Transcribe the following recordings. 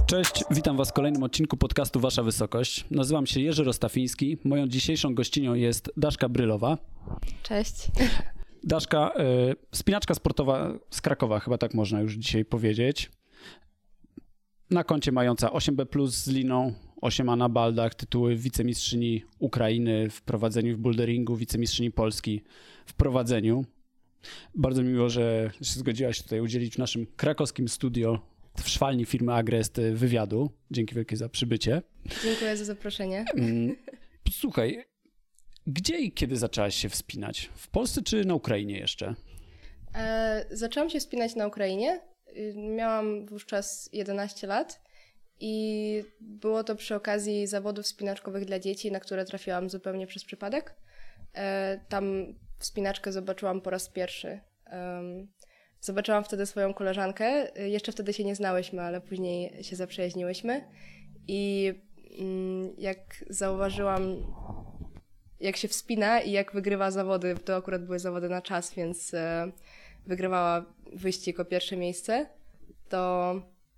Cześć, witam Was w kolejnym odcinku podcastu Wasza Wysokość. Nazywam się Jerzy Rostafiński. Moją dzisiejszą gościnią jest Daszka Brylowa. Cześć. Daszka, wspinaczka sportowa z Krakowa, chyba tak można już dzisiaj powiedzieć. Na koncie mająca 8B+, z liną, 8A na baldach, tytuły wicemistrzyni Ukrainy w prowadzeniu w boulderingu, wicemistrzyni Polski w prowadzeniu. Bardzo mi miło, że się zgodziłaś tutaj udzielić w naszym krakowskim studio w szwalni firmy Agrest wywiadu. Dzięki wielkie za przybycie. Dziękuję za zaproszenie. Słuchaj, gdzie i kiedy zaczęłaś się wspinać? W Polsce czy na Ukrainie jeszcze? Zaczęłam się wspinać na Ukrainie. Miałam wówczas 11 lat i było to przy okazji zawodów wspinaczkowych dla dzieci, na które trafiłam zupełnie przez przypadek. Tam wspinaczkę zobaczyłam po raz pierwszy. Zobaczyłam wtedy swoją koleżankę. Jeszcze wtedy się nie znałyśmy, ale później się zaprzyjaźniłyśmy. I jak zauważyłam, jak się wspina i jak wygrywa zawody, to akurat były zawody na czas, więc wygrywała wyścig o pierwsze miejsce, to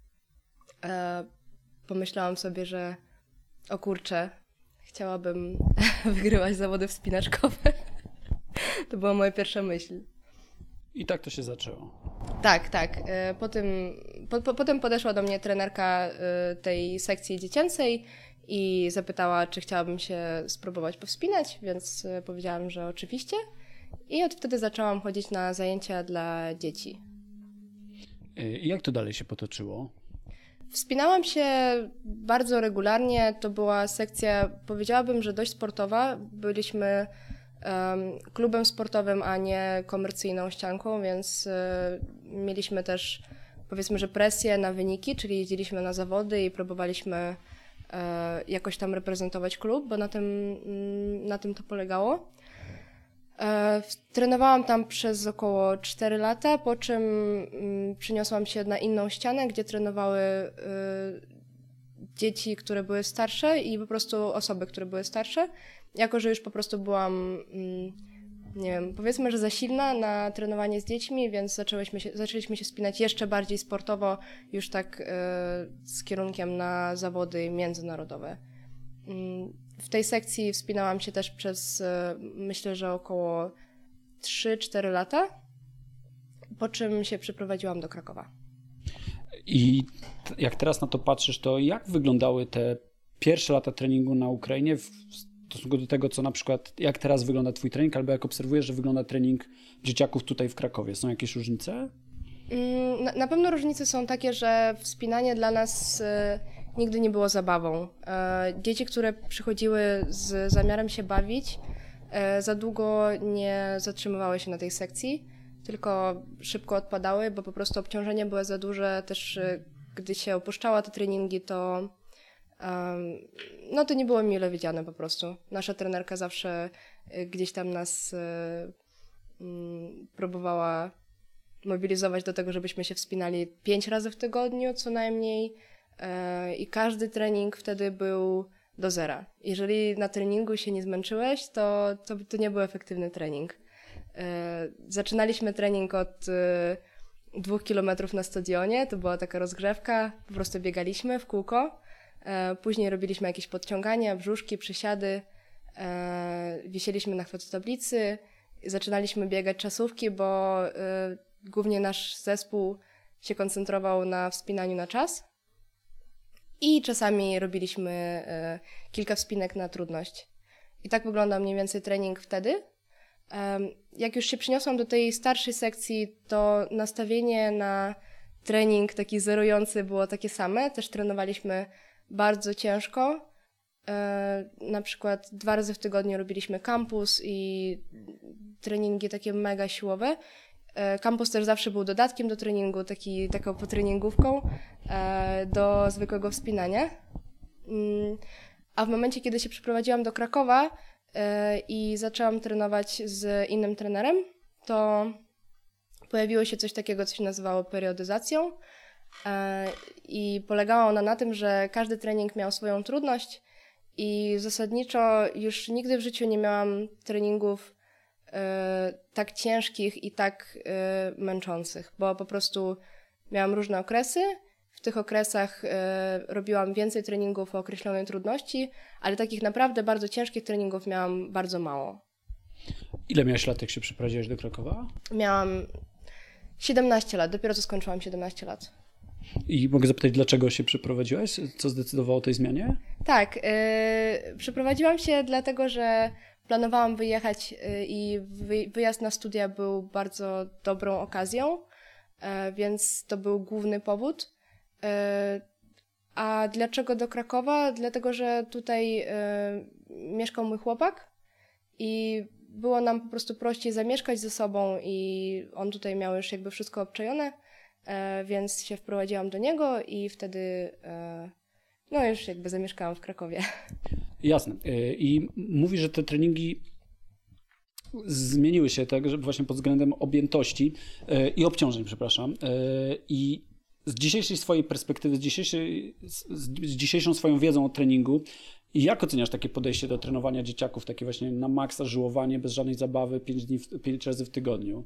pomyślałam sobie, że o kurczę, chciałabym wygrywać zawody wspinaczkowe. To była moja pierwsza myśl. I tak to się zaczęło. Tak. Potem podeszła do mnie trenerka tej sekcji dziecięcej i zapytała, czy chciałabym się spróbować powspinać, więc powiedziałam, że oczywiście. I od wtedy zaczęłam chodzić na zajęcia dla dzieci. I jak to dalej się potoczyło? Wspinałam się bardzo regularnie. To była sekcja, powiedziałabym, że dość sportowa. Byliśmy klubem sportowym, a nie komercyjną ścianką, więc mieliśmy też, powiedzmy, że presję na wyniki, czyli jeździliśmy na zawody i próbowaliśmy jakoś tam reprezentować klub, bo na tym to polegało. Trenowałam tam przez około 4 lata, po czym przeniosłam się na inną ścianę, gdzie trenowały dzieci, które były starsze i po prostu osoby, które były starsze. Jako że już po prostu byłam, nie wiem, powiedzmy, że za silna na trenowanie z dziećmi, więc zaczęliśmy się wspinać jeszcze bardziej sportowo, już tak z kierunkiem na zawody międzynarodowe. W tej sekcji wspinałam się też przez, myślę, że około 3-4 lata, po czym się przeprowadziłam do Krakowa. I jak teraz na to patrzysz, to jak wyglądały te pierwsze lata treningu na Ukrainie w stosunku do tego, co na przykład, jak teraz wygląda twój trening, albo jak obserwujesz, że wygląda trening dzieciaków tutaj w Krakowie? Są jakieś różnice? Na pewno różnice są takie, że wspinanie dla nas nigdy nie było zabawą. Dzieci, które przychodziły z zamiarem się bawić, za długo nie zatrzymywały się na tej sekcji, tylko szybko odpadały, bo po prostu obciążenie było za duże. Też gdy się opuszczała te treningi, to to nie było mile widziane po prostu. Nasza trenerka zawsze gdzieś tam nas próbowała mobilizować do tego, żebyśmy się wspinali 5 razy w tygodniu co najmniej i każdy trening wtedy był do zera. Jeżeli na treningu się nie zmęczyłeś, to nie był efektywny trening. Zaczynaliśmy trening od 2 kilometrów na stadionie, to była taka rozgrzewka, po prostu biegaliśmy w kółko. Później robiliśmy jakieś podciągania, brzuszki, przysiady, wisieliśmy na chwytotablicy, zaczynaliśmy biegać czasówki, bo głównie nasz zespół się koncentrował na wspinaniu na czas i czasami robiliśmy kilka wspinek na trudność. I tak wyglądał mniej więcej trening wtedy. Jak już się przeniosłam do tej starszej sekcji, to nastawienie na trening taki zerujący było takie same. Też trenowaliśmy bardzo ciężko. Na przykład 2 razy w tygodniu robiliśmy kampus i treningi takie mega siłowe. Kampus też zawsze był dodatkiem do treningu, taką potreningówką do zwykłego wspinania. A w momencie, kiedy się przeprowadziłam do Krakowa i zaczęłam trenować z innym trenerem, to pojawiło się coś takiego, co się nazywało periodyzacją. I polegała ona na tym, że każdy trening miał swoją trudność i zasadniczo już nigdy w życiu nie miałam treningów tak ciężkich i tak męczących, bo po prostu miałam różne okresy W tych okresach robiłam więcej treningów o określonej trudności, ale takich naprawdę bardzo ciężkich treningów miałam bardzo mało. Ile miałeś lat, jak się przeprowadziłeś do Krakowa? Miałam 17 lat, dopiero co skończyłam 17 lat. I mogę zapytać, dlaczego się przeprowadziłaś? Co zdecydowało o tej zmianie? Tak, przeprowadziłam się dlatego, że planowałam wyjechać i wyjazd na studia był bardzo dobrą okazją, więc to był główny powód. A dlaczego do Krakowa? Dlatego, że tutaj mieszkał mój chłopak i było nam po prostu prościej zamieszkać ze sobą i on tutaj miał już jakby wszystko obczajone, więc się wprowadziłam do niego i wtedy no już jakby zamieszkałam w Krakowie. Jasne. I mówisz, że te treningi zmieniły się tak, że właśnie pod względem objętości i obciążeń, przepraszam. I z dzisiejszej swojej perspektywy, z dzisiejszą swoją wiedzą o treningu, jak oceniasz takie podejście do trenowania dzieciaków, takie właśnie na maksa, żyłowanie, bez żadnej zabawy, 5 razy w tygodniu?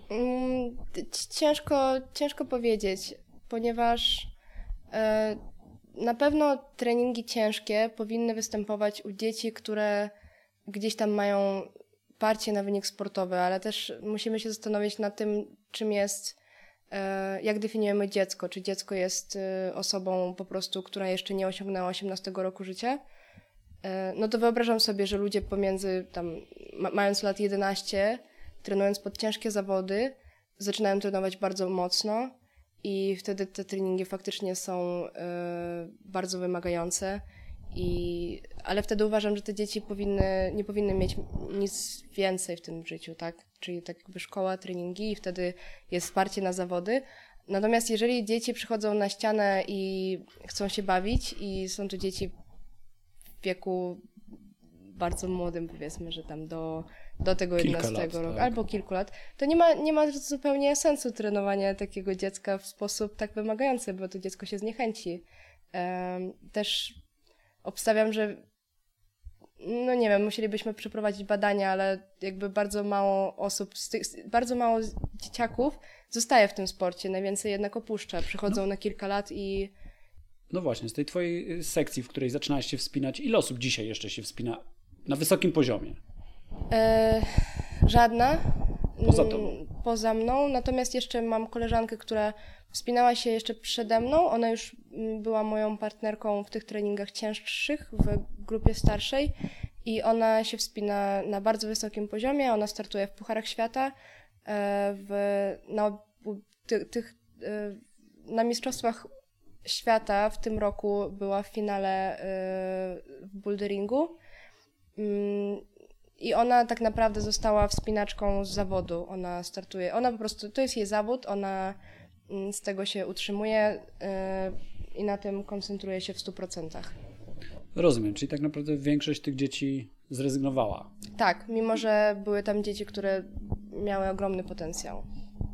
Ciężko powiedzieć, ponieważ na pewno treningi ciężkie powinny występować u dzieci, które gdzieś tam mają parcie na wynik sportowy, ale też musimy się zastanowić nad tym, czym jest, jak definiujemy dziecko. Czy dziecko jest osobą po prostu, która jeszcze nie osiągnęła 18 roku życia? No to wyobrażam sobie, że ludzie pomiędzy tam, mając lat 11, trenując pod ciężkie zawody, zaczynają trenować bardzo mocno i wtedy te treningi faktycznie są bardzo wymagające. Ale wtedy uważam, że te dzieci nie powinny mieć nic więcej w tym życiu, tak? Czyli tak jakby szkoła, treningi i wtedy jest wsparcie na zawody. Natomiast jeżeli dzieci przychodzą na ścianę i chcą się bawić i są to dzieci w wieku bardzo młodym, powiedzmy, że tam do tego 11 roku, tak, albo kilku lat, to nie ma zupełnie sensu trenowania takiego dziecka w sposób tak wymagający, bo to dziecko się zniechęci. Też obstawiam, że no nie wiem, musielibyśmy przeprowadzić badania, ale jakby bardzo mało osób, bardzo mało dzieciaków zostaje w tym sporcie, najwięcej jednak opuszcza, przychodzą na kilka lat i... No właśnie, z tej twojej sekcji, w której zaczynałaś się wspinać, ile osób dzisiaj jeszcze się wspina na wysokim poziomie? Żadna. Poza tobą? Poza mną, natomiast jeszcze mam koleżankę, która wspinała się jeszcze przede mną. Ona już była moją partnerką w tych treningach cięższych w grupie starszej i ona się wspina na bardzo wysokim poziomie. Ona startuje w Pucharach Świata. Na Mistrzostwach Świata w tym roku była w finale w boulderingu. I ona tak naprawdę została wspinaczką z zawodu. Ona startuje, ona po prostu, to jest jej zawód, ona z tego się utrzymuje i na tym koncentruje się w 100%. Rozumiem, czyli tak naprawdę większość tych dzieci zrezygnowała. Tak, mimo że były tam dzieci, które miały ogromny potencjał.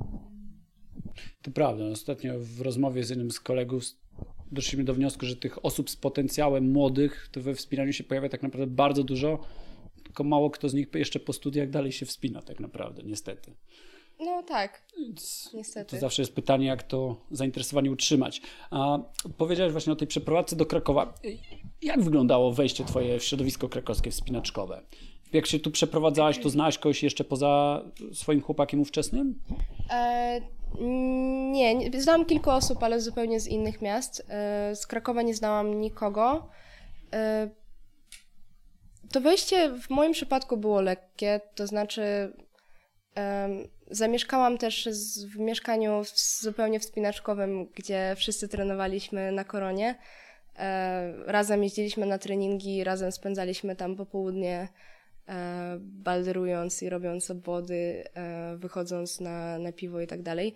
To prawda. Ostatnio w rozmowie z jednym z kolegów doszliśmy do wniosku, że tych osób z potencjałem młodych to we wspinaniu się pojawia tak naprawdę bardzo dużo, tylko mało kto z nich jeszcze po studiach dalej się wspina tak naprawdę, niestety. No tak, Więc niestety. to zawsze jest pytanie, jak to zainteresowanie utrzymać. A powiedziałeś właśnie o tej przeprowadzce do Krakowa. Jak wyglądało wejście twoje w środowisko krakowskie wspinaczkowe? Jak się tu przeprowadzałaś, to znałaś kogoś jeszcze poza swoim chłopakiem ówczesnym? Nie, znałam kilka osób, ale zupełnie z innych miast. Z Krakowa nie znałam nikogo. To wejście w moim przypadku było lekkie, to znaczy zamieszkałam też w mieszkaniu zupełnie wspinaczkowym, gdzie wszyscy trenowaliśmy na Koronie. Razem jeździliśmy na treningi, razem spędzaliśmy tam popołudnie, balderując i robiąc obwody, wychodząc na piwo i tak dalej.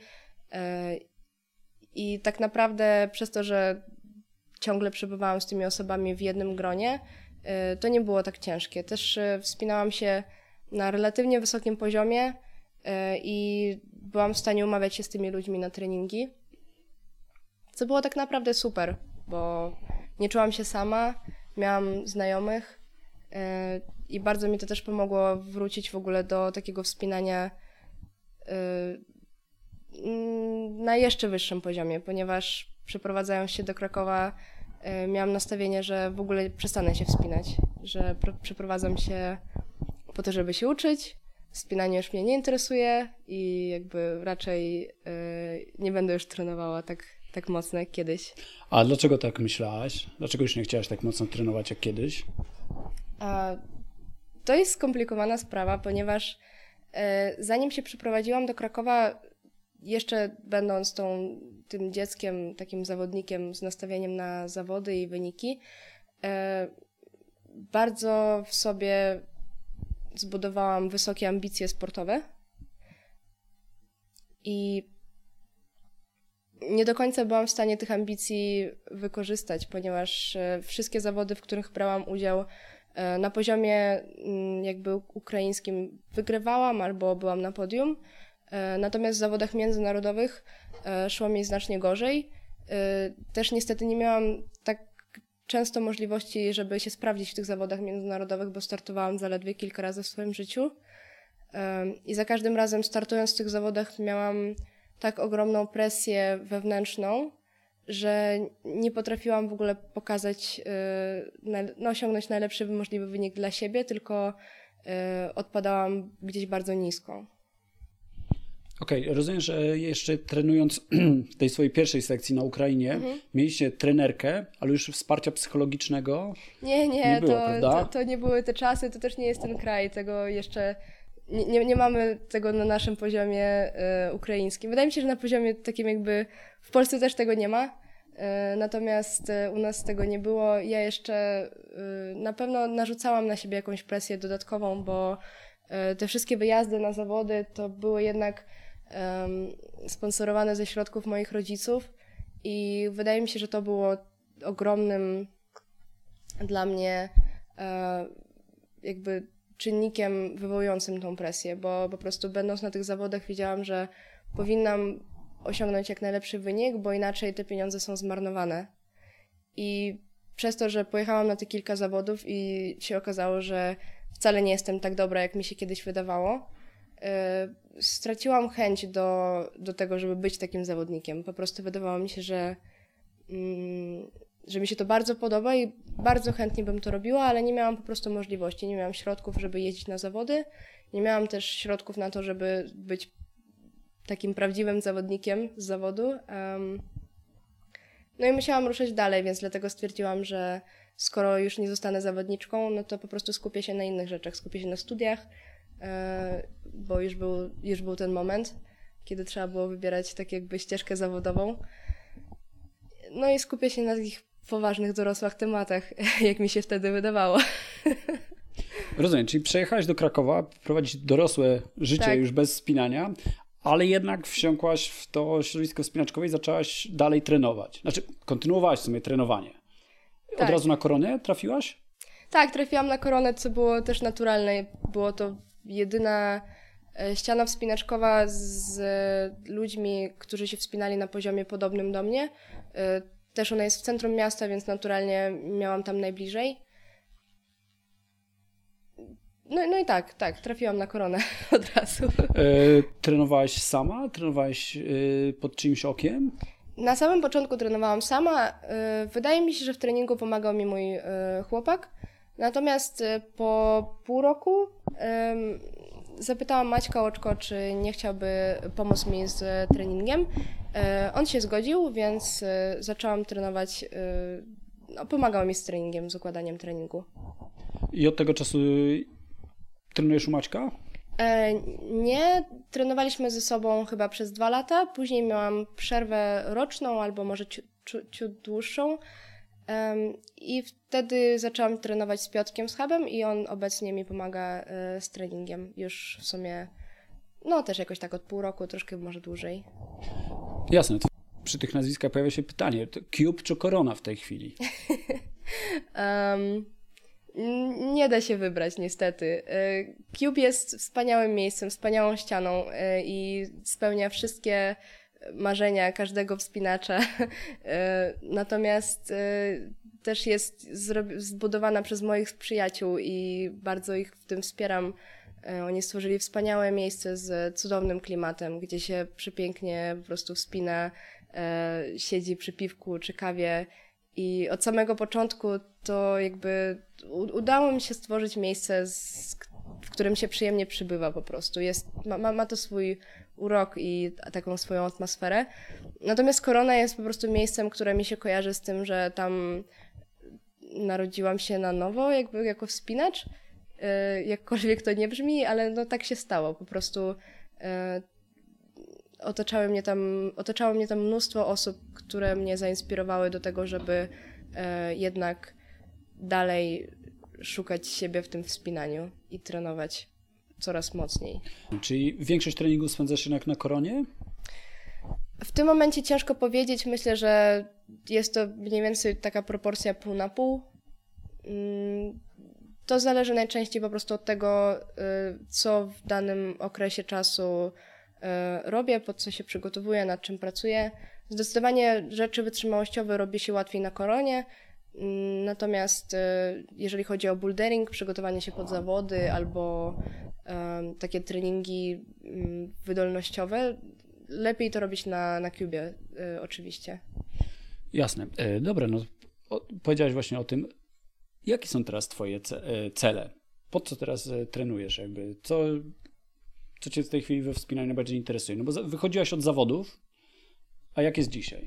I tak naprawdę przez to, że ciągle przebywałam z tymi osobami w jednym gronie, to nie było tak ciężkie. Też wspinałam się na relatywnie wysokim poziomie i byłam w stanie umawiać się z tymi ludźmi na treningi, co było tak naprawdę super, bo nie czułam się sama, miałam znajomych i bardzo mi to też pomogło wrócić w ogóle do takiego wspinania na jeszcze wyższym poziomie, ponieważ przeprowadzając się do Krakowa, miałam nastawienie, że w ogóle przestanę się wspinać, że przeprowadzam się po to, żeby się uczyć, wspinanie już mnie nie interesuje i jakby raczej nie będę już trenowała tak mocno jak kiedyś. A dlaczego tak myślałaś? Dlaczego już nie chciałaś tak mocno trenować jak kiedyś? To jest skomplikowana sprawa, ponieważ zanim się przeprowadziłam do Krakowa, jeszcze będąc tym dzieckiem, takim zawodnikiem z nastawieniem na zawody i wyniki, bardzo w sobie zbudowałam wysokie ambicje sportowe i nie do końca byłam w stanie tych ambicji wykorzystać, ponieważ wszystkie zawody, w których brałam udział na poziomie jakby ukraińskim wygrywałam albo byłam na podium, natomiast w zawodach międzynarodowych szło mi znacznie gorzej. Też niestety nie miałam tak często możliwości, żeby się sprawdzić w tych zawodach międzynarodowych, bo startowałam zaledwie kilka razy w swoim życiu i za każdym razem startując w tych zawodach miałam tak ogromną presję wewnętrzną, że nie potrafiłam w ogóle pokazać, osiągnąć najlepszy możliwy wynik dla siebie, tylko odpadałam gdzieś bardzo nisko. Okej, rozumiem, że jeszcze trenując w tej swojej pierwszej sekcji na Ukrainie, mieliście trenerkę, ale już wsparcia psychologicznego nie było, prawda? To nie były te czasy, to też nie jest ten kraj, tego jeszcze nie mamy tego na naszym poziomie ukraińskim. Wydaje mi się, że na poziomie takim jakby w Polsce też tego nie ma, natomiast u nas tego nie było. Ja jeszcze na pewno narzucałam na siebie jakąś presję dodatkową, bo te wszystkie wyjazdy na zawody to były jednak sponsorowane ze środków moich rodziców i wydaje mi się, że to było ogromnym dla mnie jakby czynnikiem wywołującym tą presję, bo po prostu będąc na tych zawodach widziałam, że powinnam osiągnąć jak najlepszy wynik, bo inaczej te pieniądze są zmarnowane. I przez to, że pojechałam na te kilka zawodów i się okazało, że wcale nie jestem tak dobra, jak mi się kiedyś wydawało, straciłam chęć do tego, żeby być takim zawodnikiem. Po prostu wydawało mi się, że mi się to bardzo podoba i bardzo chętnie bym to robiła, ale nie miałam po prostu możliwości, nie miałam środków, żeby jeździć na zawody, nie miałam też środków na to, żeby być takim prawdziwym zawodnikiem z zawodu. No i musiałam ruszać dalej, więc dlatego stwierdziłam, że skoro już nie zostanę zawodniczką, no to po prostu skupię się na innych rzeczach, skupię się na studiach, bo już był ten moment, kiedy trzeba było wybierać tak jakby ścieżkę zawodową. No i skupię się na takich poważnych, dorosłych tematach, jak mi się wtedy wydawało. Rozumiem, czyli przyjechałaś do Krakowa prowadzić dorosłe życie Tak. już bez spinania, ale jednak wsiąkłaś w to środowisko wspinaczkowe i zaczęłaś dalej trenować. Znaczy, kontynuowałaś w sumie trenowanie. Tak. Od razu na koronę trafiłaś? Tak, trafiłam na koronę, co było też naturalne. Było to jedyna ściana wspinaczkowa z ludźmi, którzy się wspinali na poziomie podobnym do mnie. Też ona jest w centrum miasta, więc naturalnie miałam tam najbliżej. No i tak, trafiłam na koronę od razu. Trenowałaś sama? Trenowałaś pod czyimś okiem? Na samym początku trenowałam sama. Wydaje mi się, że w treningu pomagał mi mój chłopak. Natomiast po pół roku zapytałam Maćka Oczko, czy nie chciałby pomóc mi z treningiem. On się zgodził, więc zaczęłam trenować. Pomagał mi z treningiem, z układaniem treningu. I od tego czasu trenujesz u Maćka? Nie, trenowaliśmy ze sobą chyba przez 2 lata. Później miałam przerwę roczną albo może ciut dłuższą. I wtedy zaczęłam trenować z Piotrkiem Schabem i on obecnie mi pomaga z treningiem. Już w sumie, też jakoś tak od pół roku, troszkę może dłużej. Jasne. Przy tych nazwiskach pojawia się pytanie, to Cube czy Korona w tej chwili? Nie da się wybrać niestety. Cube jest wspaniałym miejscem, wspaniałą ścianą i spełnia wszystkie marzenia każdego wspinacza. Natomiast też jest zbudowana przez moich przyjaciół i bardzo ich w tym wspieram. Oni stworzyli wspaniałe miejsce z cudownym klimatem, gdzie się przepięknie po prostu wspina. siedzi przy piwku czy kawie i od samego początku to jakby udało mi się stworzyć miejsce, w którym się przyjemnie przybywa po prostu. Ma to swój urok i taką swoją atmosferę. Natomiast Korona jest po prostu miejscem, które mi się kojarzy z tym, że tam narodziłam się na nowo, jakby jako wspinacz. Jakkolwiek to nie brzmi, ale no tak się stało. Po prostu otaczało mnie tam mnóstwo osób, które mnie zainspirowały do tego, żeby jednak dalej szukać siebie w tym wspinaniu i trenować coraz mocniej. Czyli większość treningu spędzasz jednak na Koronie? W tym momencie ciężko powiedzieć. Myślę, że jest to mniej więcej taka proporcja pół na pół. To zależy najczęściej po prostu od tego, co w danym okresie czasu robię, pod co się przygotowuję, nad czym pracuję. Zdecydowanie rzeczy wytrzymałościowe robi się łatwiej na Koronie, natomiast jeżeli chodzi o bouldering, przygotowanie się pod zawody albo takie treningi wydolnościowe, lepiej to robić na Cubie oczywiście. Jasne. Dobra, no powiedziałeś właśnie o tym. Jakie są teraz twoje cele? Po co teraz trenujesz? Jakby co cię w tej chwili we wspinaniu najbardziej interesuje? No bo wychodziłaś od zawodów, a jak jest dzisiaj?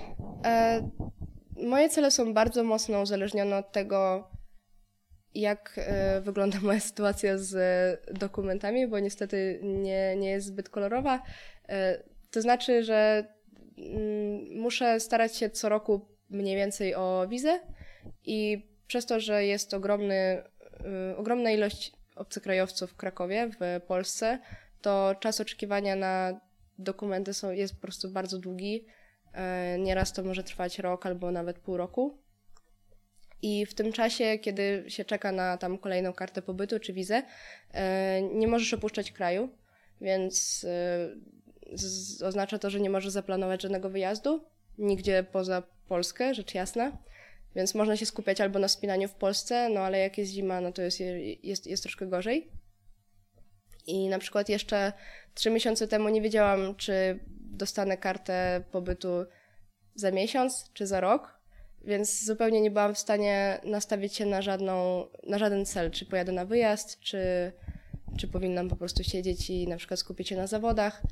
Moje cele są bardzo mocno uzależnione od tego, jak wygląda moja sytuacja z dokumentami, bo niestety nie jest zbyt kolorowa. To znaczy, że muszę starać się co roku mniej więcej o wizę i przez to, że jest ogromna ilość obcokrajowców w Krakowie, w Polsce, to czas oczekiwania na dokumenty jest po prostu bardzo długi. Nieraz to może trwać rok albo nawet pół roku. I w tym czasie, kiedy się czeka na tam kolejną kartę pobytu czy wizę, nie możesz opuszczać kraju, więc oznacza to, że nie możesz zaplanować żadnego wyjazdu, nigdzie poza Polskę, rzecz jasna. Więc można się skupiać albo na wspinaniu w Polsce, no ale jak jest zima, no to jest troszkę gorzej. I na przykład jeszcze 3 miesiące temu nie wiedziałam, czy dostanę kartę pobytu za miesiąc, czy za rok, więc zupełnie nie byłam w stanie nastawić się na żaden cel, czy pojadę na wyjazd, czy powinnam po prostu siedzieć i na przykład skupić się na zawodach.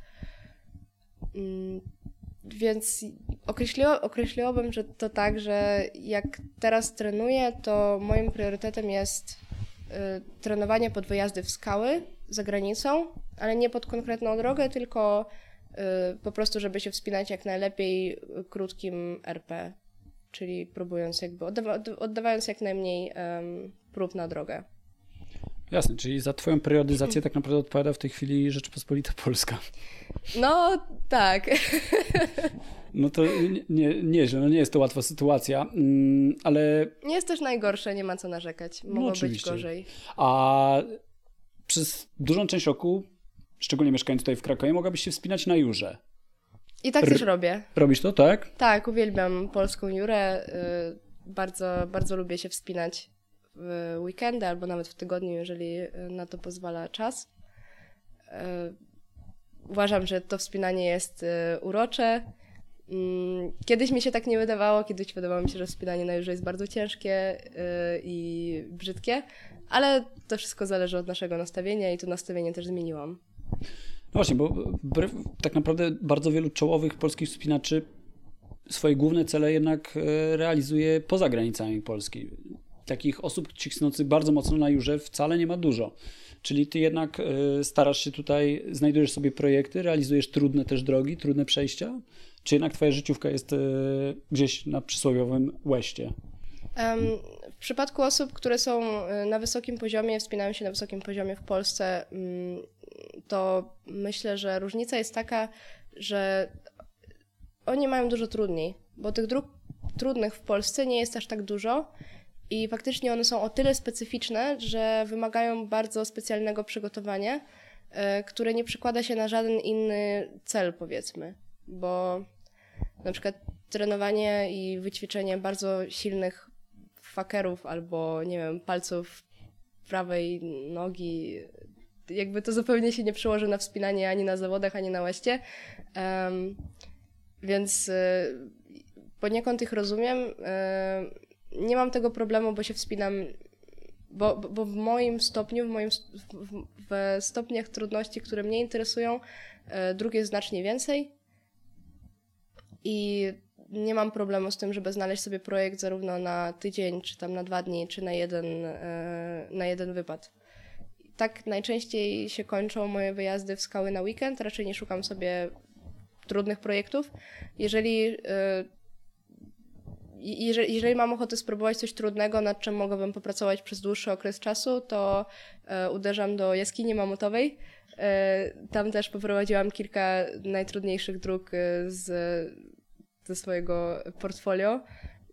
Więc określiłabym, że to tak, że jak teraz trenuję, to moim priorytetem jest trenowanie pod wyjazdy w skały za granicą, ale nie pod konkretną drogę, tylko po prostu, żeby się wspinać jak najlepiej krótkim RP, czyli próbując jakby, oddawając jak najmniej prób na drogę. Jasne, czyli za twoją periodyzację tak naprawdę odpowiada w tej chwili Rzeczpospolita Polska. No, tak. No to nieźle, no nie jest to łatwa sytuacja, ale... Nie jest też najgorsze, nie ma co narzekać. Mogło być gorzej. A przez dużą część roku, szczególnie mieszkając tutaj w Krakowie, mogłabyś się wspinać na Jurze. I tak też robię. Robisz to, tak? Tak, uwielbiam polską Jurę. Bardzo, bardzo lubię się wspinać w weekendy albo nawet w tygodniu, jeżeli na to pozwala czas. Uważam, że to wspinanie jest urocze. Kiedyś mi się tak nie wydawało, kiedyś wydawało mi się, że wspinanie na Jurze jest bardzo ciężkie i brzydkie, ale to wszystko zależy od naszego nastawienia i to nastawienie też zmieniłam. No właśnie, bo tak naprawdę bardzo wielu czołowych polskich wspinaczy swoje główne cele jednak realizuje poza granicami Polski. Takich osób cisnących bardzo mocno na Jurze wcale nie ma dużo. Czyli ty jednak starasz się tutaj, znajdujesz sobie projekty, realizujesz trudne też drogi, trudne przejścia? Czy jednak twoja życiówka jest gdzieś na przysłowiowym łeście? W przypadku osób, które są na wysokim poziomie, wspinają się na wysokim poziomie w Polsce, to myślę, że różnica jest taka, że oni mają dużo trudniej, bo tych dróg trudnych w Polsce nie jest aż tak dużo i faktycznie one są o tyle specyficzne, że wymagają bardzo specjalnego przygotowania, które nie przekłada się na żaden inny cel, powiedzmy, bo na przykład trenowanie i wyćwiczenie bardzo silnych fakerów albo, nie wiem, palców prawej nogi, jakby to zupełnie się nie przełoży na wspinanie ani na zawodach, ani na łeście. Więc poniekąd ich rozumiem. Nie mam tego problemu, bo się wspinam, bo w moim stopniu, w stopniach trudności, które mnie interesują, dróg jest znacznie więcej i nie mam problemu z tym, żeby znaleźć sobie projekt zarówno na tydzień, czy tam na 2 dni, czy na jeden wypad. Tak najczęściej się kończą moje wyjazdy w skały na weekend, raczej nie szukam sobie trudnych projektów. Jeżeli mam ochotę spróbować coś trudnego, nad czym mogłabym popracować przez dłuższy okres czasu, to uderzam do jaskini mamutowej. Tam też poprowadziłam kilka najtrudniejszych dróg ze swojego portfolio.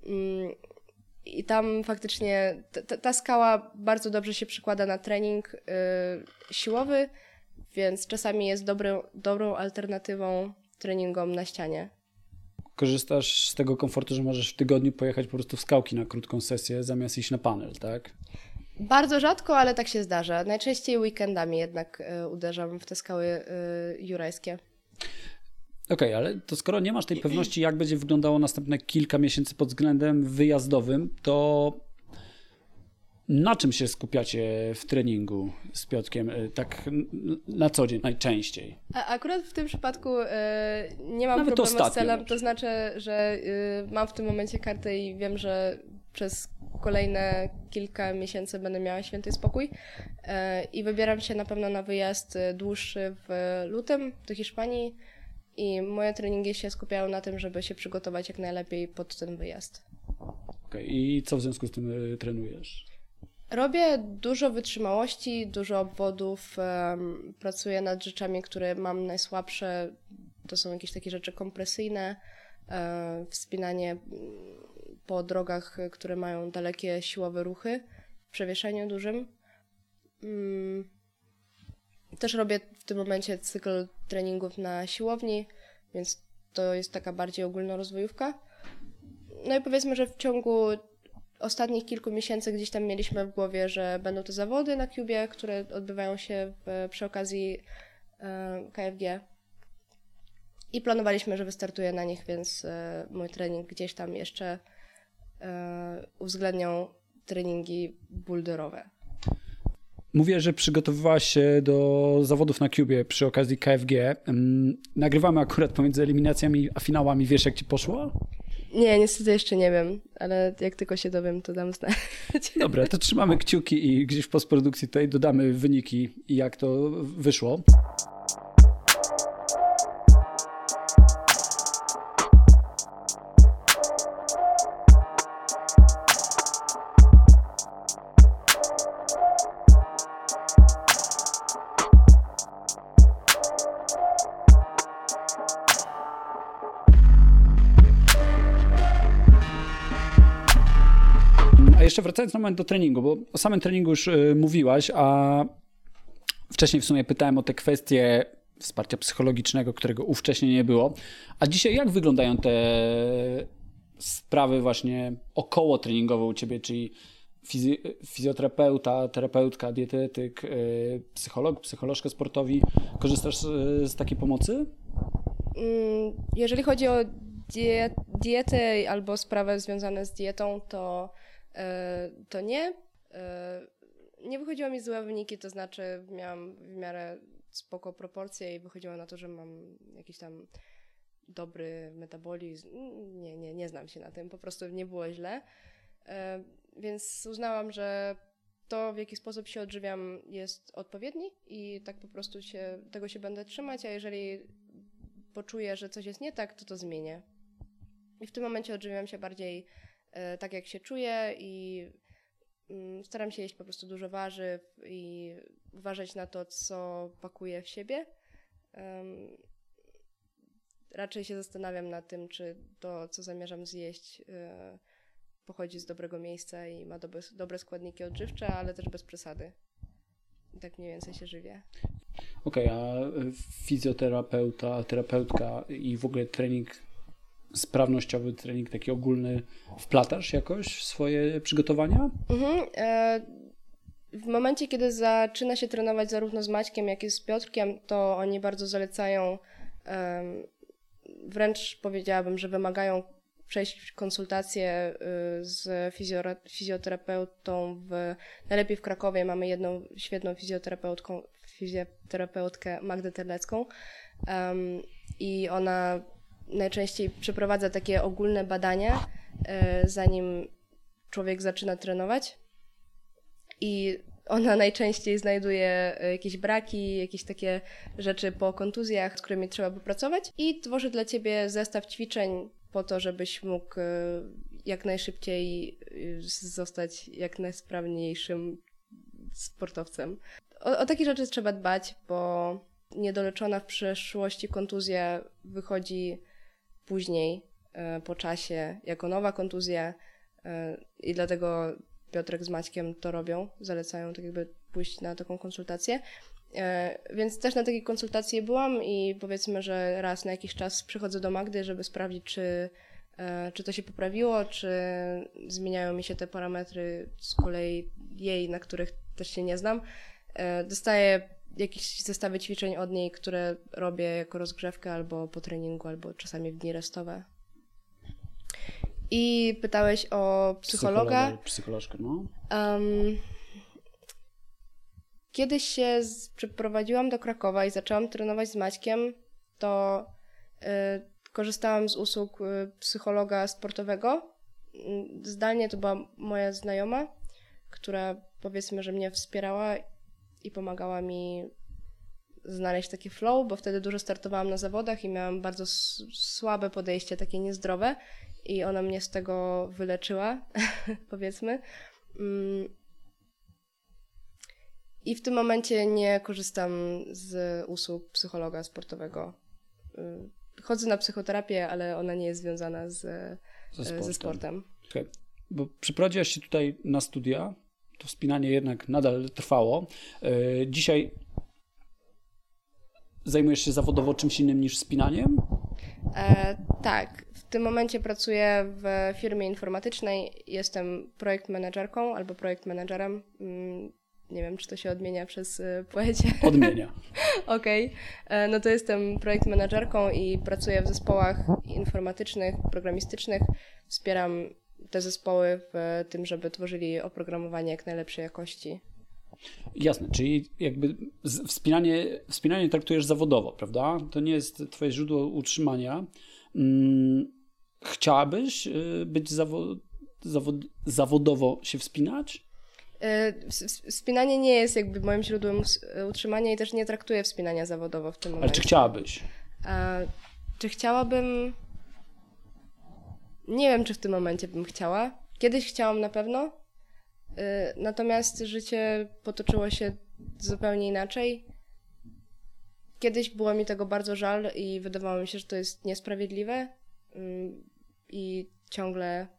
I tam faktycznie ta skała bardzo dobrze się przekłada na trening siłowy, więc czasami jest dobrą alternatywą treningom na ścianie. Korzystasz z tego komfortu, że możesz w tygodniu pojechać po prostu w skałki na krótką sesję, zamiast iść na panel, tak? Bardzo rzadko, ale tak się zdarza. Najczęściej weekendami jednak uderzam w te skały jurajskie. Okej, ale to skoro nie masz tej pewności, jak będzie wyglądało następne kilka miesięcy pod względem wyjazdowym, to na czym się skupiacie w treningu z Piotrkiem tak na co dzień najczęściej? Akurat w tym przypadku nie mam problemu z celem, to znaczy, że mam w tym momencie kartę i wiem, że przez kolejne kilka miesięcy będę miała święty spokój i wybieram się na pewno na wyjazd dłuższy w lutym do Hiszpanii i moje treningi się skupiają na tym, żeby się przygotować jak najlepiej pod ten wyjazd. Okej, i co w związku z tym trenujesz? Robię dużo wytrzymałości, dużo obwodów, pracuję nad rzeczami, które mam najsłabsze. To są jakieś takie rzeczy kompresyjne, wspinanie po drogach, które mają dalekie siłowe ruchy w przewieszeniu dużym. Też robię w tym momencie cykl treningów na siłowni, więc to jest taka bardziej ogólnorozwojówka. No i powiedzmy, że w ciągu ostatnich kilku miesięcy gdzieś tam mieliśmy w głowie, że będą to zawody na Cubie, które odbywają się przy okazji KFG. I planowaliśmy, że wystartuję na nich, więc mój trening gdzieś tam jeszcze uwzględniał treningi boulderowe. Mówię, że przygotowywałaś się do zawodów na Cubie przy okazji KFG. Nagrywamy akurat pomiędzy eliminacjami a finałami. Wiesz, jak ci poszło? Nie, niestety jeszcze nie wiem, ale jak tylko się dowiem, to dam znać. Dobra, to trzymamy kciuki i gdzieś w postprodukcji tutaj dodamy wyniki i jak to wyszło. Jeszcze wracając na moment do treningu, bo o samym treningu już mówiłaś, a wcześniej w sumie pytałem o te kwestie wsparcia psychologicznego, którego ówcześnie nie było. A dzisiaj jak wyglądają te sprawy właśnie około treningowe u ciebie, czyli fizjoterapeuta, terapeutka, dietetyk, psycholog, psycholożka sportowi. Korzystasz z takiej pomocy? Jeżeli chodzi o dietę albo sprawy związane z dietą, to nie. Nie wychodziło mi złe wyniki, to znaczy miałam w miarę spoko proporcje i wychodziło na to, że mam jakiś tam dobry metabolizm. Nie znam się na tym, po prostu nie było źle. Więc uznałam, że to, w jaki sposób się odżywiam, jest odpowiedni i tak po prostu tego się będę trzymać, a jeżeli poczuję, że coś jest nie tak, to zmienię. I w tym momencie odżywiam się bardziej tak, jak się czuję i staram się jeść po prostu dużo warzyw i uważać na to, co pakuję w siebie. Raczej się zastanawiam nad tym, czy to, co zamierzam zjeść, pochodzi z dobrego miejsca i ma dobre składniki odżywcze, ale też bez przesady. I tak mniej więcej się żywię. Okej, a fizjoterapeuta, terapeutka i w ogóle trening sprawnościowy, trening taki ogólny, wplatasz jakoś w swoje przygotowania? W momencie, kiedy zaczyna się trenować zarówno z Maćkiem, jak i z Piotrkiem, to oni bardzo zalecają wręcz powiedziałabym, że wymagają przejść konsultacje z fizjoterapeutą najlepiej w Krakowie. Mamy jedną świetną fizjoterapeutkę Magdę Terlecką i ona najczęściej przeprowadza takie ogólne badania, zanim człowiek zaczyna trenować i ona najczęściej znajduje jakieś braki, jakieś takie rzeczy po kontuzjach, z którymi trzeba popracować i tworzy dla ciebie zestaw ćwiczeń po to, żebyś mógł jak najszybciej zostać jak najsprawniejszym sportowcem. O takie rzeczy trzeba dbać, bo niedoleczona w przeszłości kontuzja wychodzi później, po czasie, jako nowa kontuzja i dlatego Piotrek z Maćkiem to robią, zalecają tak jakby pójść na taką konsultację. Więc też na takiej konsultacji byłam i powiedzmy, że raz na jakiś czas przychodzę do Magdy, żeby sprawdzić, czy to się poprawiło, czy zmieniają mi się te parametry z kolei jej, na których też się nie znam. Dostaję jakieś zestawy ćwiczeń od niej, które robię jako rozgrzewkę albo po treningu, albo czasami w dni restowe. I pytałeś o psychologa. Psycholożkę, no. Kiedyś się przeprowadziłam do Krakowa i zaczęłam trenować z Maćkiem, to korzystałam z usług psychologa sportowego. Zdalnie to była moja znajoma, która powiedzmy, że mnie wspierała i pomagała mi znaleźć taki flow, bo wtedy dużo startowałam na zawodach i miałam bardzo słabe podejście, takie niezdrowe i ona mnie z tego wyleczyła, powiedzmy. I w tym momencie nie korzystam z usług psychologa sportowego. Chodzę na psychoterapię, ale ona nie jest związana ze sportem. Okay. Bo przyprowadziłaś się tutaj na studia, to wspinanie jednak nadal trwało. Dzisiaj zajmujesz się zawodowo czymś innym niż wspinaniem? Tak. W tym momencie pracuję w firmie informatycznej. Jestem projekt managerką albo projekt managerem. Nie wiem, czy to się odmienia przez płeć. Odmienia. Okej. No to jestem projekt managerką i pracuję w zespołach informatycznych, programistycznych. Wspieram te zespoły w tym, żeby tworzyli oprogramowanie jak najlepszej jakości. Jasne, czyli jakby wspinanie traktujesz zawodowo, prawda? To nie jest twoje źródło utrzymania. Chciałabyś być zawodowo się wspinać? Wspinanie nie jest jakby moim źródłem utrzymania i też nie traktuję wspinania zawodowo w tym momencie. Ale czy chciałabyś? Czy chciałabym? Nie wiem, czy w tym momencie bym chciała. Kiedyś chciałam na pewno, natomiast życie potoczyło się zupełnie inaczej. Kiedyś było mi tego bardzo żal i wydawało mi się, że to jest niesprawiedliwe i ciągle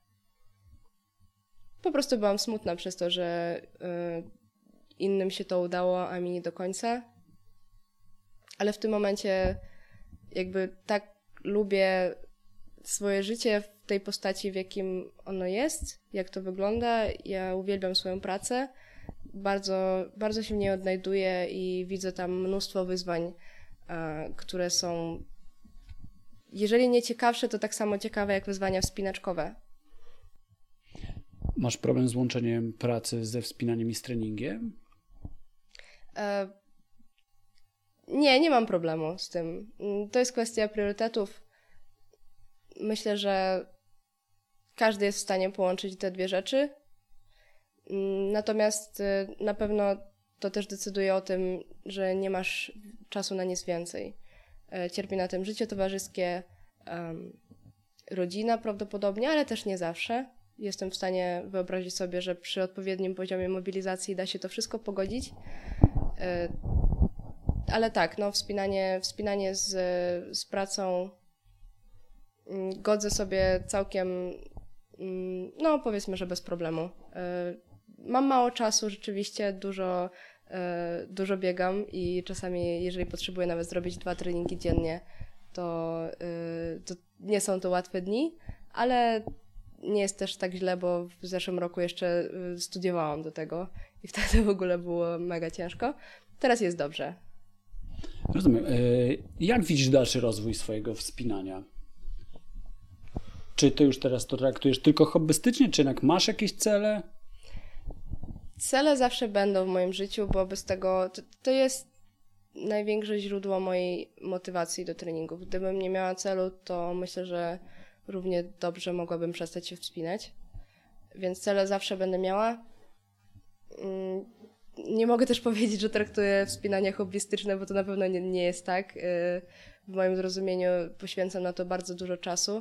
po prostu byłam smutna przez to, że innym się to udało, a mi nie do końca. Ale w tym momencie jakby tak lubię swoje życie w tej postaci, w jakim ono jest, jak to wygląda. Ja uwielbiam swoją pracę. Bardzo, bardzo się w niej odnajduję i widzę tam mnóstwo wyzwań, które są, jeżeli nie ciekawsze, to tak samo ciekawe jak wyzwania wspinaczkowe. Masz problem z łączeniem pracy ze wspinaniem i z treningiem? Nie mam problemu z tym. To jest kwestia priorytetów. Myślę, że każdy jest w stanie połączyć te dwie rzeczy. Natomiast na pewno to też decyduje o tym, że nie masz czasu na nic więcej. Cierpi na tym życie towarzyskie, rodzina prawdopodobnie, ale też nie zawsze. Jestem w stanie wyobrazić sobie, że przy odpowiednim poziomie mobilizacji da się to wszystko pogodzić. Ale tak, no wspinanie z pracą godzę sobie całkiem, no powiedzmy, że bez problemu. Mam mało czasu, rzeczywiście dużo biegam i czasami, jeżeli potrzebuję nawet zrobić 2 treningi dziennie, to nie są to łatwe dni, ale nie jest też tak źle, bo w zeszłym roku jeszcze studiowałam do tego i wtedy w ogóle było mega ciężko. Teraz jest dobrze. Rozumiem. Jak widzisz dalszy rozwój swojego wspinania? Czy ty już teraz to traktujesz tylko hobbystycznie, czy jednak masz jakieś cele? Cele zawsze będą w moim życiu, bo bez tego to jest największe źródło mojej motywacji do treningów. Gdybym nie miała celu, to myślę, że równie dobrze mogłabym przestać się wspinać. Więc cele zawsze będę miała. Nie mogę też powiedzieć, że traktuję wspinanie hobbystyczne, bo to na pewno nie jest tak. W moim zrozumieniu poświęcam na to bardzo dużo czasu.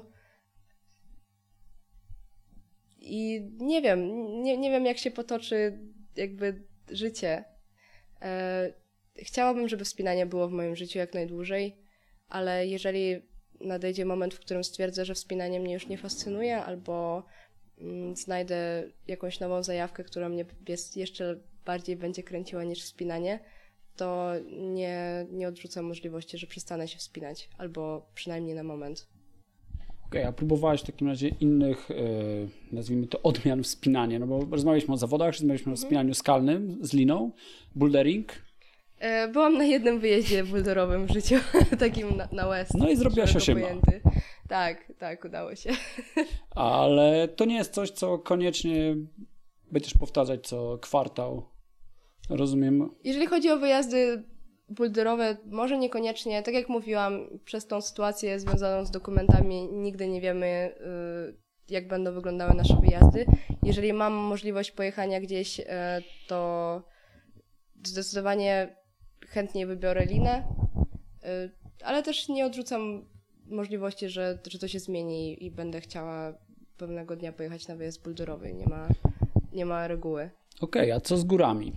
I nie wiem jak się potoczy jakby życie. Chciałabym, żeby wspinanie było w moim życiu jak najdłużej, ale jeżeli nadejdzie moment, w którym stwierdzę, że wspinanie mnie już nie fascynuje, albo znajdę jakąś nową zajawkę, która mnie jeszcze bardziej będzie kręciła niż wspinanie, to nie odrzucam możliwości, że przestanę się wspinać, albo przynajmniej na moment. Okej, a próbowałeś w takim razie innych, nazwijmy to, odmian wspinania? No bo rozmawialiśmy o zawodach, rozmawialiśmy o wspinaniu skalnym z liną, bouldering. Byłam na jednym wyjeździe boulderowym w życiu, takim na West. No i zrobiłaś 8. Tak, udało się. Ale to nie jest coś, co koniecznie będziesz powtarzać co kwartał, rozumiem? Jeżeli chodzi o wyjazdy boulderowe, może niekoniecznie. Tak jak mówiłam, przez tą sytuację związaną z dokumentami nigdy nie wiemy, jak będą wyglądały nasze wyjazdy. Jeżeli mam możliwość pojechania gdzieś, to zdecydowanie chętniej wybiorę linę, ale też nie odrzucam możliwości, że to się zmieni i będę chciała pewnego dnia pojechać na wyjazd boulderowy. Nie ma reguły. Okej, a co z górami?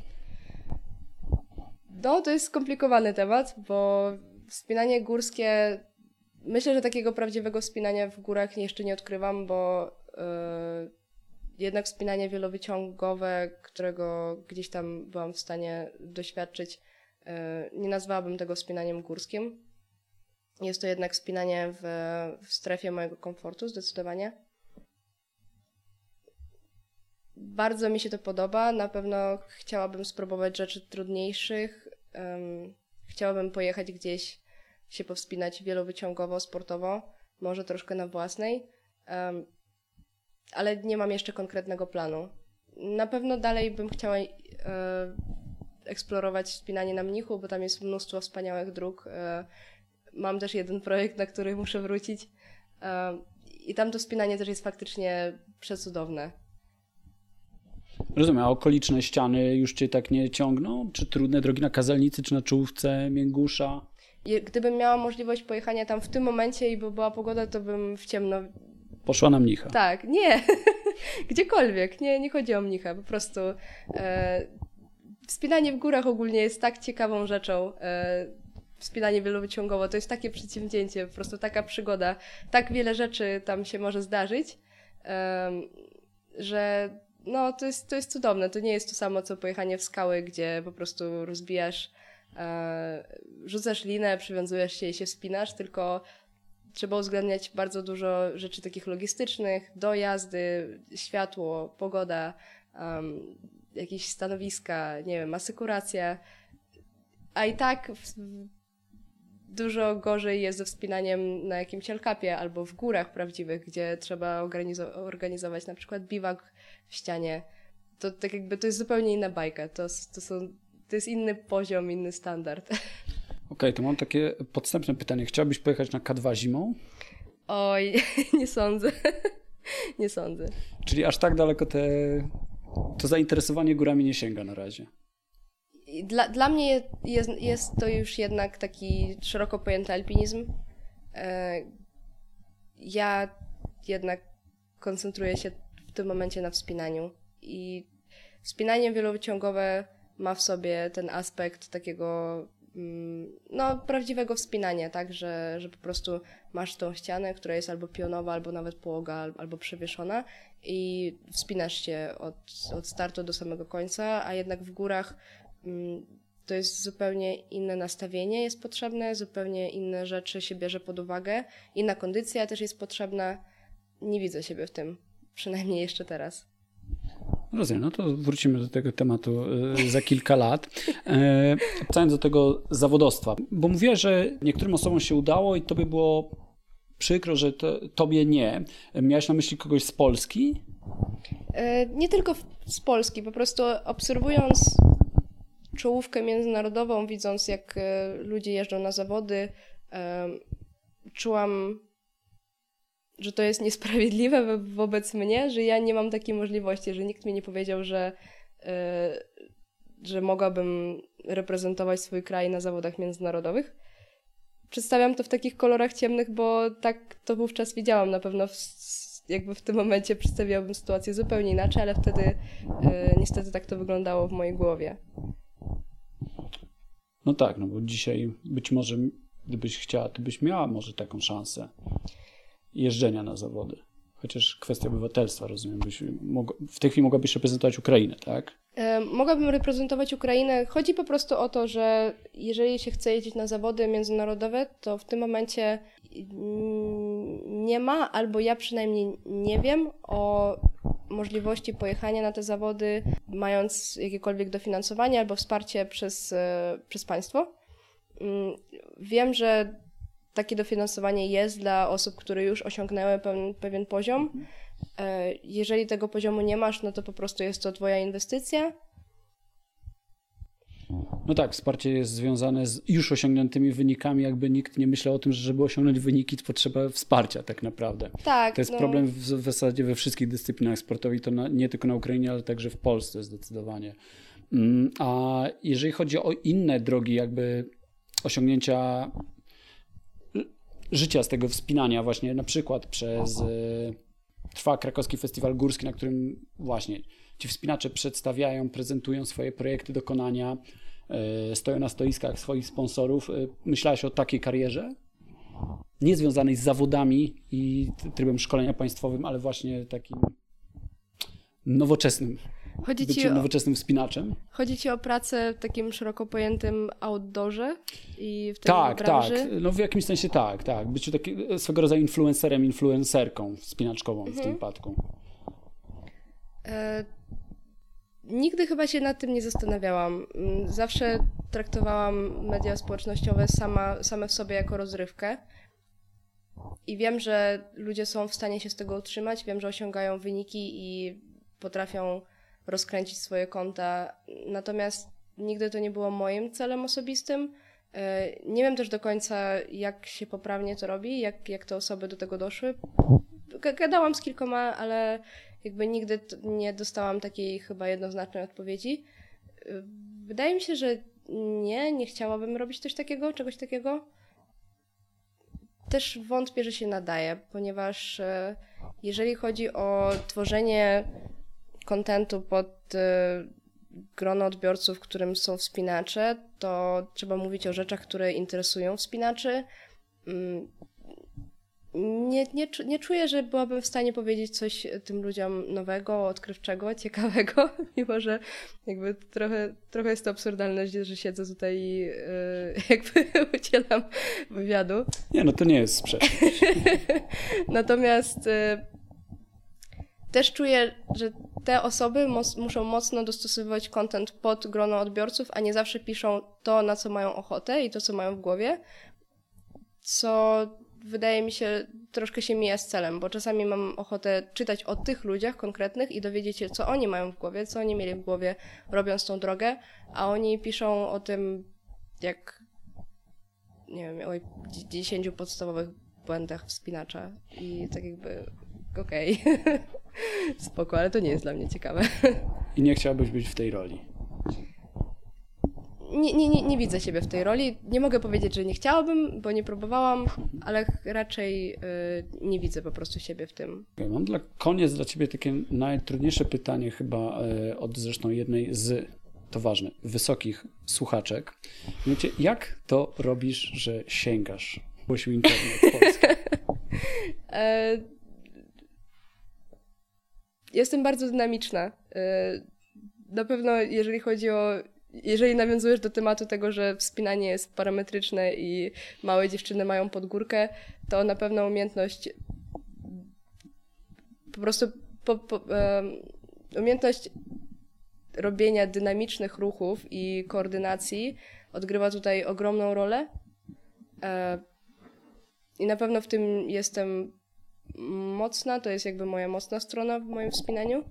No, to jest skomplikowany temat, bo wspinanie górskie, myślę, że takiego prawdziwego wspinania w górach jeszcze nie odkrywam, bo jednak wspinanie wielowyciągowe, którego gdzieś tam byłam w stanie doświadczyć, nie nazwałabym tego wspinaniem górskim. Jest to jednak wspinanie w strefie mojego komfortu, zdecydowanie. Bardzo mi się to podoba. Na pewno chciałabym spróbować rzeczy trudniejszych. Chciałabym pojechać gdzieś, się powspinać wielowyciągowo, sportowo, może troszkę na własnej, ale nie mam jeszcze konkretnego planu. Na pewno dalej bym chciała eksplorować wspinanie na Mnichu, bo tam jest mnóstwo wspaniałych dróg. Mam też jeden projekt, na który muszę wrócić i tam to wspinanie też jest faktycznie przecudowne. Rozumiem, a okoliczne ściany już cię tak nie ciągną? Czy trudne drogi na Kazelnicy, czy na Czołówce, Mięgusza? Gdybym miała możliwość pojechania tam w tym momencie i by była pogoda, to bym w ciemno... Poszła na Mnicha. Tak, nie. Gdziekolwiek. Nie chodzi o Mnicha. Po prostu wspinanie w górach ogólnie jest tak ciekawą rzeczą. Wspinanie wielowyciągowo to jest takie przedsięwzięcie, po prostu taka przygoda. Tak wiele rzeczy tam się może zdarzyć, że no, to jest cudowne. To nie jest to samo, co pojechanie w skały, gdzie po prostu rozbijasz, rzucasz linę, przywiązujesz się i się wspinasz, tylko trzeba uwzględniać bardzo dużo rzeczy takich logistycznych, dojazdy, światło, pogoda, jakieś stanowiska, nie wiem, asykuracja. A i tak dużo gorzej jest ze wspinaniem na jakimś El-Capie albo w górach prawdziwych, gdzie trzeba organizować na przykład biwak w ścianie. To tak jakby to jest zupełnie inna bajka. To jest inny poziom, inny standard. Okej, to mam takie podstępne pytanie. Chciałabyś pojechać na K2 zimą? Oj, nie sądzę. Nie sądzę. Czyli aż tak daleko to zainteresowanie górami nie sięga na razie. Dla mnie jest to już jednak taki szeroko pojęty alpinizm. Ja jednak koncentruję się w tym momencie na wspinaniu i wspinanie wielowyciągowe ma w sobie ten aspekt takiego prawdziwego wspinania, tak, że po prostu masz tą ścianę, która jest albo pionowa, albo nawet płoga, albo przewieszona i wspinasz się od startu do samego końca, a jednak w górach to jest zupełnie inne nastawienie jest potrzebne, zupełnie inne rzeczy się bierze pod uwagę, inna kondycja też jest potrzebna. Nie widzę siebie w tym, przynajmniej jeszcze teraz. Rozumiem, no to wrócimy do tego tematu za kilka lat. Wracając do tego zawodowstwa, bo mówię, że niektórym osobom się udało i to by było przykro, że tobie nie. Miałeś na myśli kogoś z Polski? Nie tylko z Polski, po prostu obserwując czołówkę międzynarodową, widząc jak ludzie jeżdżą na zawody, czułam, że to jest niesprawiedliwe wobec mnie, że ja nie mam takiej możliwości, że nikt mi nie powiedział, że mogłabym reprezentować swój kraj na zawodach międzynarodowych. Przedstawiam to w takich kolorach ciemnych, bo tak to wówczas widziałam. Na pewno jakby w tym momencie przedstawiałabym sytuację zupełnie inaczej, ale wtedy niestety tak to wyglądało w mojej głowie. No tak, no bo dzisiaj być może, gdybyś chciała, to byś miała może taką szansę jeżdżenia na zawody. Chociaż kwestia obywatelstwa, rozumiem, w tej chwili mogłabyś reprezentować Ukrainę, tak? Mogłabym reprezentować Ukrainę. Chodzi po prostu o to, że jeżeli się chce jeździć na zawody międzynarodowe, to w tym momencie nie ma, albo ja przynajmniej nie wiem o możliwości pojechania na te zawody, mając jakiekolwiek dofinansowanie albo wsparcie przez państwo. Wiem, że takie dofinansowanie jest dla osób, które już osiągnęły pewien poziom. Jeżeli tego poziomu nie masz, no to po prostu jest to twoja inwestycja. No tak, wsparcie jest związane z już osiągniętymi wynikami, jakby nikt nie myślał o tym, że żeby osiągnąć wyniki, to potrzeba wsparcia tak naprawdę. Tak. To jest problem w zasadzie we wszystkich dyscyplinach sportowych, to nie tylko na Ukrainie, ale także w Polsce zdecydowanie. A jeżeli chodzi o inne drogi jakby osiągnięcia życia z tego wspinania właśnie, na przykład trwa Krakowski Festiwal Górski, na którym właśnie ci wspinacze przedstawiają, prezentują swoje projekty dokonania, stoją na stoiskach swoich sponsorów. Myślałaś o takiej karierze? Nie związanej z zawodami i trybem szkolenia państwowym, ale właśnie takim nowoczesnym. Nowoczesnym wspinaczem. Chodzi ci o pracę w takim szeroko pojętym outdoorze i w tej branży? Tak. No w jakimś sensie tak. Być swego rodzaju influencerem, influencerką wspinaczkową w tym wypadku. Nigdy chyba się nad tym nie zastanawiałam. Zawsze traktowałam media społecznościowe same w sobie jako rozrywkę. I wiem, że ludzie są w stanie się z tego utrzymać, wiem, że osiągają wyniki i potrafią rozkręcić swoje konta. Natomiast nigdy to nie było moim celem osobistym. Nie wiem też do końca, jak się poprawnie to robi, jak te osoby do tego doszły. Gadałam z kilkoma, ale jakby nigdy nie dostałam takiej chyba jednoznacznej odpowiedzi. Wydaje mi się, że nie chciałabym robić czegoś takiego. Też wątpię, że się nadaje, ponieważ jeżeli chodzi o tworzenie kontentu pod grono odbiorców, którym są wspinacze, to trzeba mówić o rzeczach, które interesują wspinaczy. Nie czuję, że byłabym w stanie powiedzieć coś tym ludziom nowego, odkrywczego, ciekawego, mimo że jakby trochę jest to absurdalne, że siedzę tutaj i jakby udzielam wywiadu. Nie, no to nie jest sprzeczność. Natomiast też czuję, że te osoby muszą mocno dostosowywać content pod grono odbiorców, a nie zawsze piszą to, na co mają ochotę i to, co mają w głowie, co wydaje mi się troszkę się mija z celem, bo czasami mam ochotę czytać o tych ludziach konkretnych i dowiedzieć się, co oni mają w głowie, co oni mieli w głowie robiąc tą drogę, a oni piszą o tym, jak nie wiem, o 10 podstawowych błędach wspinacza i tak jakby okej. Spoko, ale to nie jest dla mnie ciekawe. I nie chciałabyś być w tej roli? Nie widzę siebie w tej roli. Nie mogę powiedzieć, że nie chciałabym, bo nie próbowałam, ale raczej nie widzę po prostu siebie w tym. Mam koniec dla ciebie takie najtrudniejsze pytanie chyba od zresztą jednej to ważne, wysokich słuchaczek. Wiecie, jak to robisz, że sięgasz po sił internet Polski? Jestem bardzo dynamiczna. Na pewno jeżeli nawiązujesz do tematu tego, że wspinanie jest parametryczne i małe dziewczyny mają pod górkę, to na pewno umiejętność po prostu umiejętność robienia dynamicznych ruchów i koordynacji odgrywa tutaj ogromną rolę. I na pewno w tym jestem mocna, to jest jakby moja mocna strona w moim wspinaniu.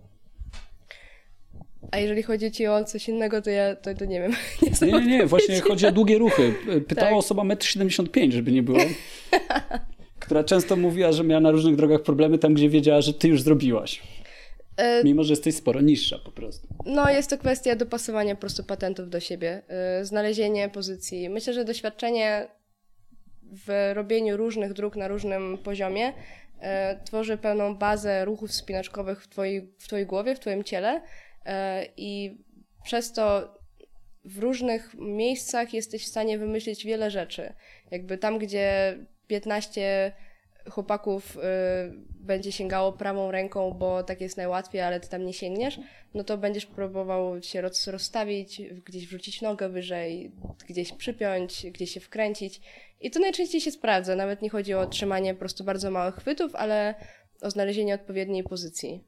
A jeżeli chodzi ci o coś innego, to ja to nie wiem. Nie, właśnie chodzi o długie ruchy. Pytała osoba 1,75 m, żeby nie było, która często mówiła, że miała na różnych drogach problemy tam, gdzie wiedziała, że ty już zrobiłaś. Mimo, że jesteś sporo niższa po prostu. No, jest to kwestia dopasowania po prostu patentów do siebie, znalezienie pozycji. Myślę, że doświadczenie w robieniu różnych dróg na różnym poziomie tworzy pełną bazę ruchów wspinaczkowych w twojej głowie, w twoim ciele i przez to w różnych miejscach jesteś w stanie wymyślić wiele rzeczy. Jakby tam, gdzie 15 chłopaków będzie sięgało prawą ręką, bo tak jest najłatwiej, ale ty tam nie sięgniesz, no to będziesz próbował się rozstawić, gdzieś wrzucić nogę wyżej, gdzieś przypiąć, gdzieś się wkręcić i to najczęściej się sprawdza. Nawet nie chodzi o trzymanie po prostu bardzo małych chwytów, ale o znalezienie odpowiedniej pozycji.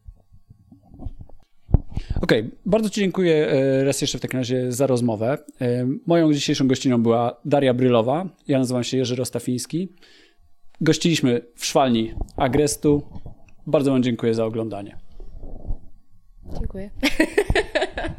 Okej, bardzo ci dziękuję raz jeszcze w takim razie za rozmowę. Moją dzisiejszą gościnią była Daria Brylowa, ja nazywam się Jerzy Rostafiński. Gościliśmy w szwalni Agrestu. Bardzo wam dziękuję za oglądanie. Dziękuję.